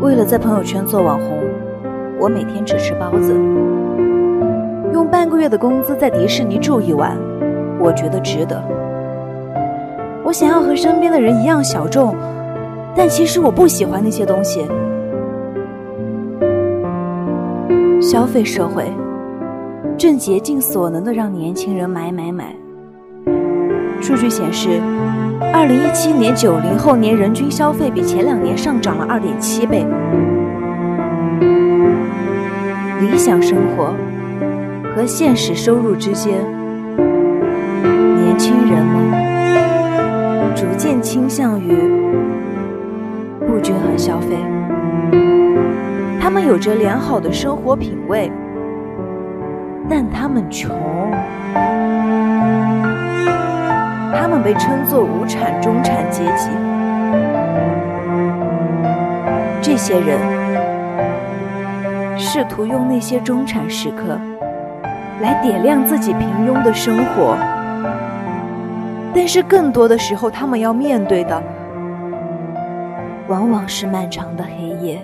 为了在朋友圈做网红，我每天只吃包子。用半个月的工资在迪士尼住一晚，我觉得值得。我想要和身边的人一样小众，但其实我不喜欢那些东西。消费社会正竭尽所能地让年轻人买。数据显示，2017年90后年人均消费比前2年上涨了2.7倍。理想生活和现实收入之间，年轻人们逐渐倾向于不均衡消费。他们有着良好的生活品味，但他们穷。他们被称作无产中产阶级。这些人试图用那些中产时刻来点亮自己平庸的生活，但是更多的时候，他们要面对的往往是漫长的黑夜。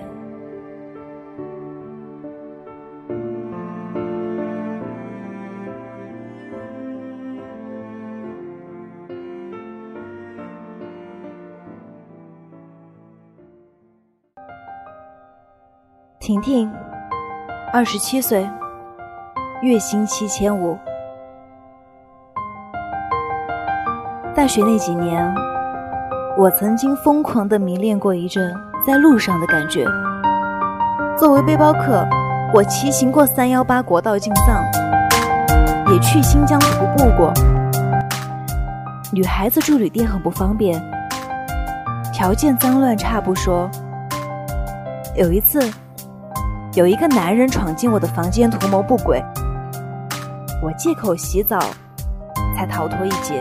婷婷，27岁，月薪7500。大学那几年，我曾经疯狂地迷恋过一阵在路上的感觉。作为背包客，我骑行过318国道进藏，也去新疆徒步过。女孩子住旅店很不方便，条件脏乱差不说。有一次，有一个男人闯进我的房间图谋不轨，我借口洗澡才逃脱一劫。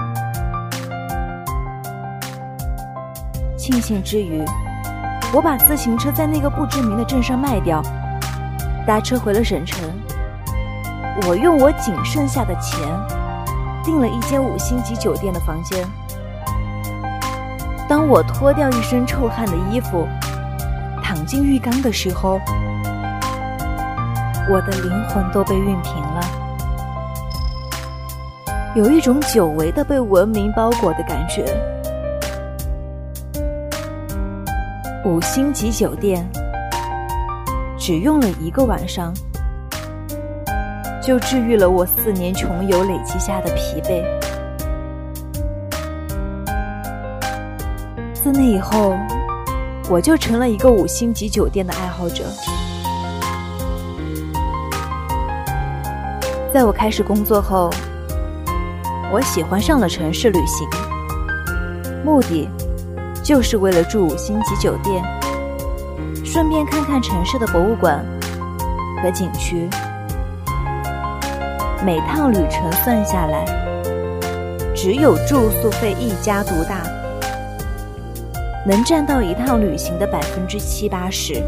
庆幸之余，我把自行车在那个不知名的镇上卖掉，搭车回了省城。我用我仅剩下的钱订了一间5星级酒店的房间。当我脱掉一身臭汗的衣服躺进浴缸的时候，我的灵魂都被熨平了，有一种久违的被文明包裹的感觉。5星级酒店只用了1个晚上，就治愈了我4年穷游累积下的疲惫。自那以后，我就成了一个5星级酒店的爱好者。在我开始工作后，我喜欢上了城市旅行，目的就是为了住5星级酒店，顺便看看城市的博物馆和景区。每趟旅程算下来，只有住宿费一家独大，能占到一趟旅行的70%-80%。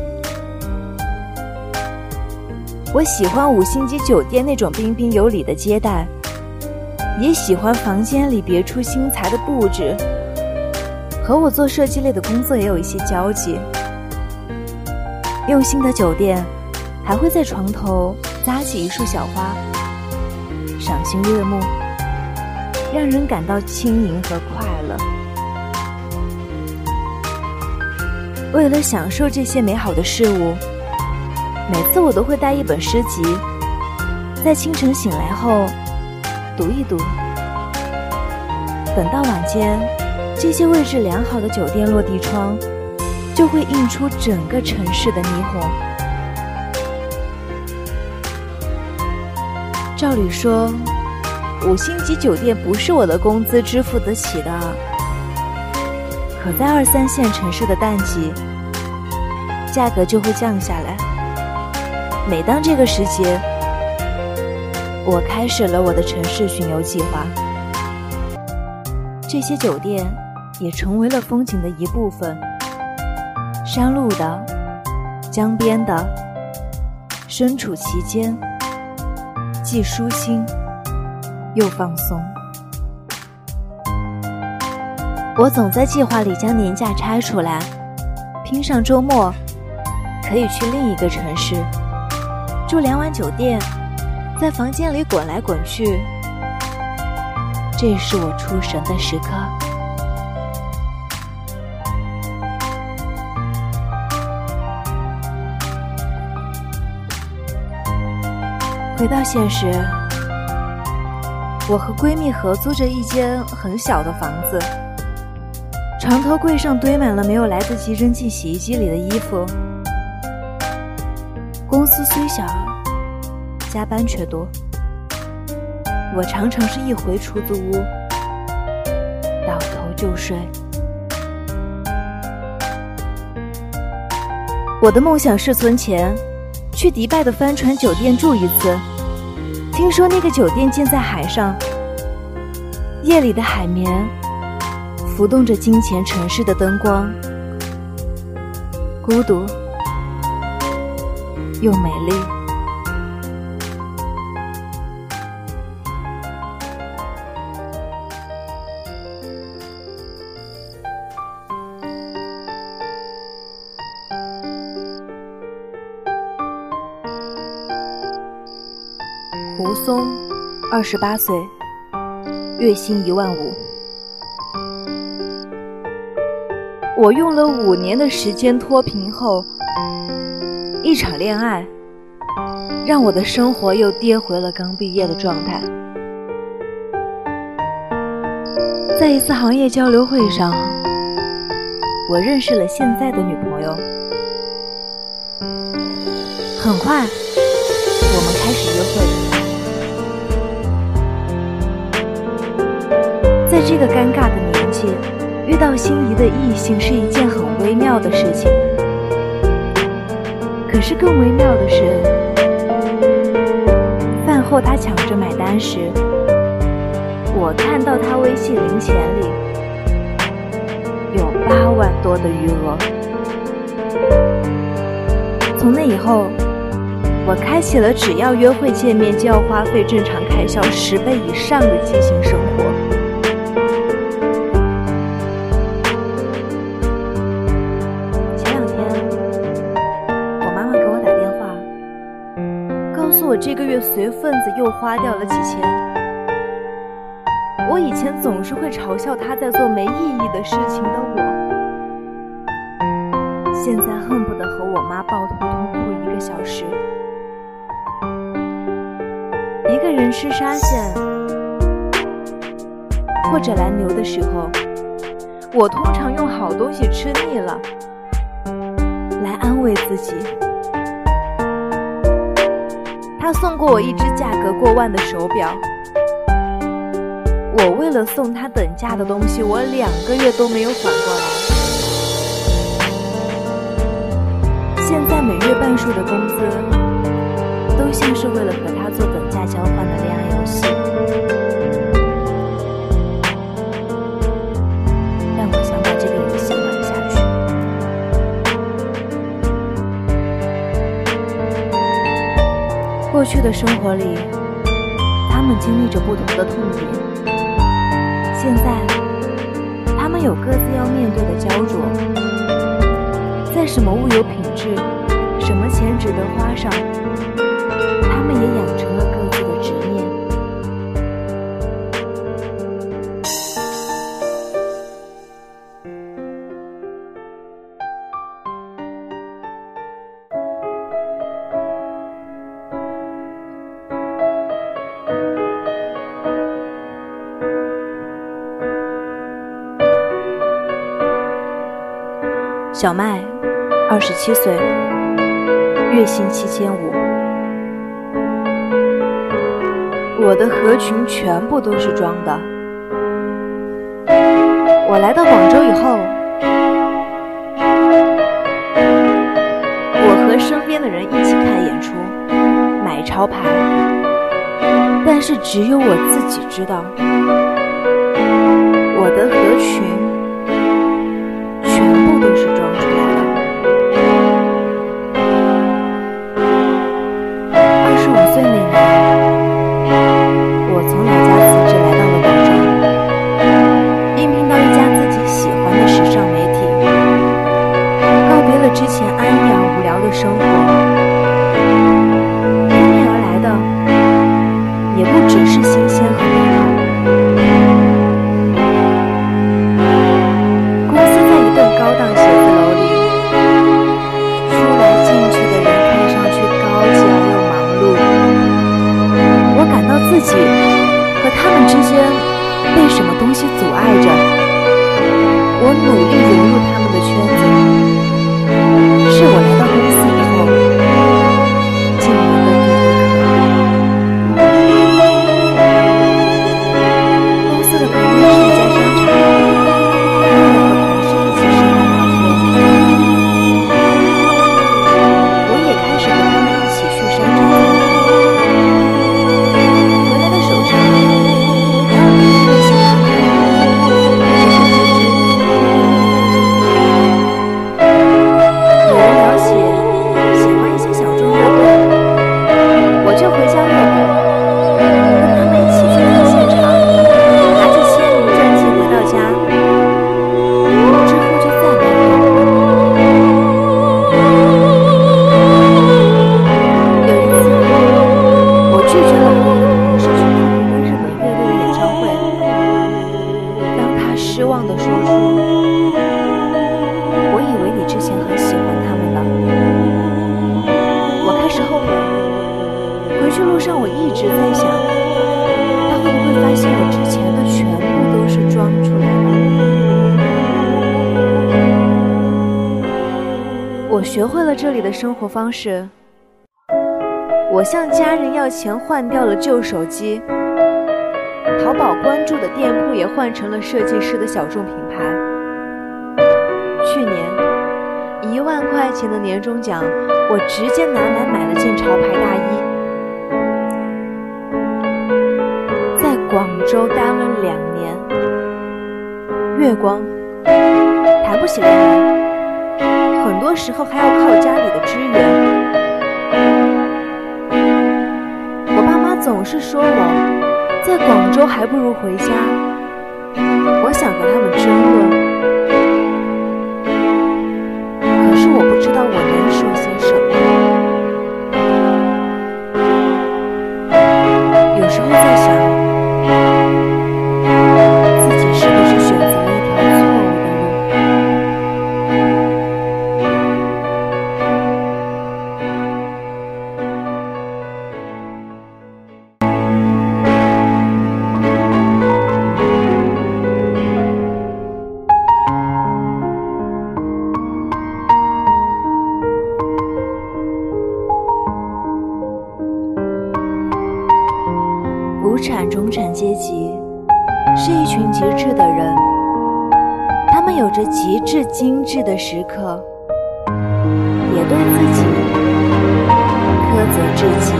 我喜欢5星级酒店那种彬彬有礼的接待，也喜欢房间里别出心裁的布置，和我做设计类的工作也有一些交集。用心的酒店还会在床头扎起一束小花，赏心悦目，让人感到轻盈和快乐。为了享受这些美好的事物，每次我都会带一本诗集，在清晨醒来后读一读。等到晚间，这些位置良好的酒店落地窗就会映出整个城市的霓虹。照理说，5星级酒店不是我的工资支付得起的，可在2、3线城市的淡季，价格就会降下来。每当这个时节，我开始了我的城市巡游计划。这些酒店也成为了风景的一部分，山路的、江边的，身处其间，既舒心又放松。我总在计划里将年假拆出来，拼上周末可以去另一个城市住2晚酒店，在房间里滚来滚去，这也是我出神的时刻。回到现实，我和闺蜜合租着一间很小的房子，床头柜上堆满了没有来得及扔进洗衣机里的衣服。公司虽小，加班却多，我常常是一回出租屋，倒头就睡。我的梦想是存钱，去迪拜的帆船酒店住一次。听说那个酒店建在海上，夜里的海绵浮动着金钱城市的灯光，孤独又美丽。胡松，28岁，月薪15000。我用了5年的时间脱贫后，一场恋爱让我的生活又跌回了刚毕业的状态。在一次行业交流会上，我认识了现在的女朋友。很快，我们开始约会。在这个尴尬的年纪，遇到心仪的异性是一件很微妙的事情。可是更微妙的是，饭后他抢着买单时，我看到他微信零钱里有8万多的余额。从那以后，我开启了只要约会见面就要花费正常开销10倍以上的畸形生活。我这个月随份子又花掉了几千。我以前总是会嘲笑他在做没意义的事情的我，现在恨不得和我妈抱头痛哭1个小时。一个人吃沙县或者蓝牛的时候，我通常用好东西吃腻了来安慰自己。他送过我一只价格过万的手表，我为了送他等价的东西，我2个月都没有缓过来。现在每月半数的工资，都像是为了和他做等价交换的恋爱游戏。但我想把这个游戏玩下去。过去的生活里，他们经历着不同的痛点，现在他们有各自要面对的焦灼，在什么物有品质，什么钱值得花上，他们也养成了各自的执念。小麦，27岁，月薪7500。我的合群全部都是装的。我来到广州以后，我和身边的人一起看演出，买潮牌，但是只有我自己知道，我的合群全部都是装出来的。25岁那年，我从老家辞职来到了广州，应聘到一家自己喜欢的时尚媒体，告别了之前安养无聊的生我努力融入他们的圈子，是我来到公司以后进门的第一课。公司的旁边是一家商场，为了和同事一起吃饭聊天，我也开始和他们一起去商场走走。回来的手上还有一个热心的朋友，有人聊起喜欢一些小众乐队，我就回家乐队，跟他们一起去看现场，拿着签名专辑回到家，之后就再没回过。有一次，我拒绝了我的同事去看一个日本乐队的演唱会，当他失望地说出：“我以为你之前很喜欢他们了。”我开始后悔。回去路上我一直在想，他会不会发现我之前的全部都是装出来的。我学会了这里的生活方式，我向家人要钱换掉了旧手机，淘宝关注的店铺也换成了设计师的小众品牌。去年1万块钱的年终奖，我直接拿来买了件潮牌大衣。在广州待了2年，月光，谈不起恋爱，很多时候还要靠家里的支援。我爸妈总是说我在广州还不如回家，我想和他们争论，可是我不知道我能说些什么。有时候在想，自己是不是选择了一条错误的路。无产中产阶级是一群极致的人，他们有着极致精致的时刻，也对自己苛责至极。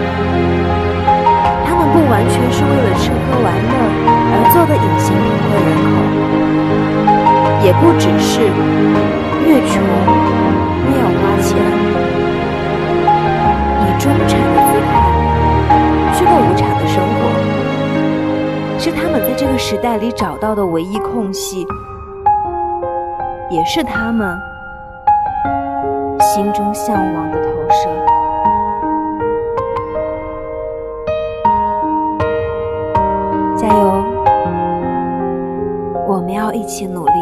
他们不完全是为了吃喝玩乐而做的隐形贫困人口，也不只是越穷越要花钱，以中产的姿态去过无产的生活，是他们在这个时代里找到的唯一空隙，也是他们心中向往的投射。加油，我们要一起努力。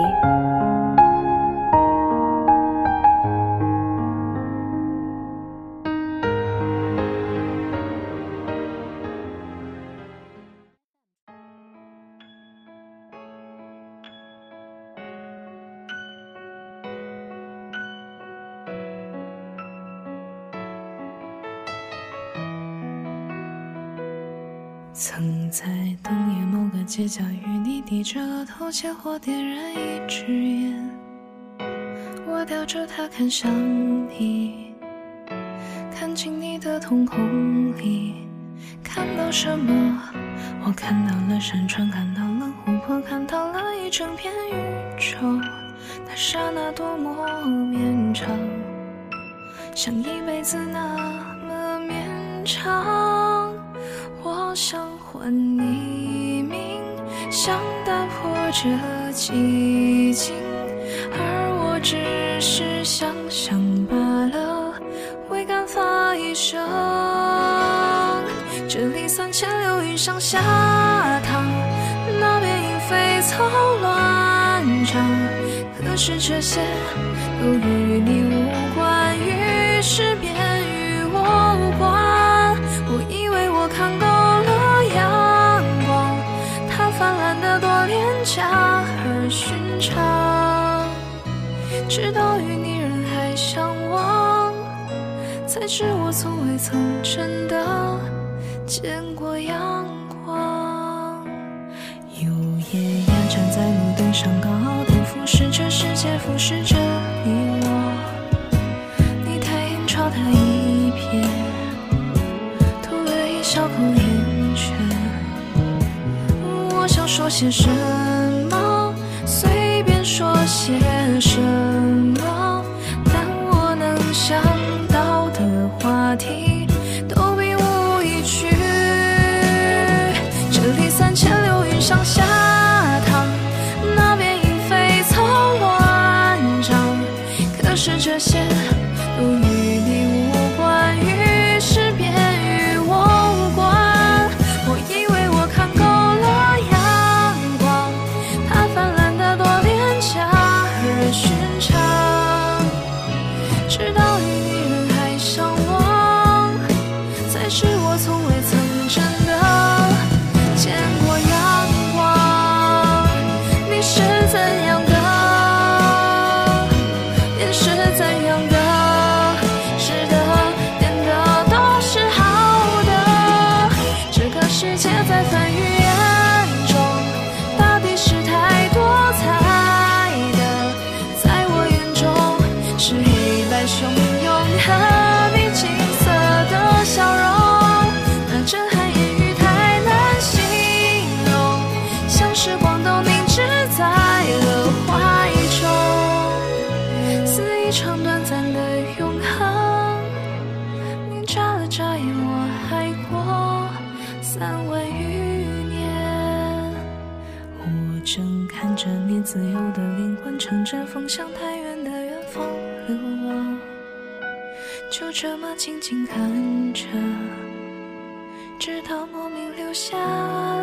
曾在冬夜某个街角与你低着头，切或点燃一支烟，我叼着它看向你，看进你的瞳孔里，看到什么？我看到了山川，看到了湖泊，看到了一整片宇宙。那刹那多么绵长，像一辈子那么绵长。我想还你命，想打破这寂静，而我只是想想罢了，未敢发一声。这里3000流云上下淌，那边莺飞草乱长，可是这些都与你无关，于是便与我无关。我以为我看够了阳光，它泛滥得多廉价而寻常。 直到与你人海相望，才知我从未曾真的见过阳光。有夜呀，站在路灯上，高灯俯视着世界，俯视着你我。你抬眼朝他一瞥，突然一小口烟圈。我想说些什么，随便说些什么，但我能想到的话题都比无一句。这里3600云上下淌，那边莺飞草乱长，可是这些都与你无关，于是便与我无关。我以为我看够了阳光，它泛滥得多廉价而寻常，直到与你人海相望，才知我从未曾真的见过阳光。你是怎样的，便是怎样的，吃的点的都是好的。这个世界在繁语言中，大抵是太多彩的，在我眼中是黑白汹涌和你金色的笑容。那震撼言语太难形容，像时光都凝滞在了怀中，似一场短暂的永恒。你眨了眨眼，我还过3万余年。我正看着你自由的灵魂，乘着风向太远的远方流浪，就这么静静看着，直到莫名流下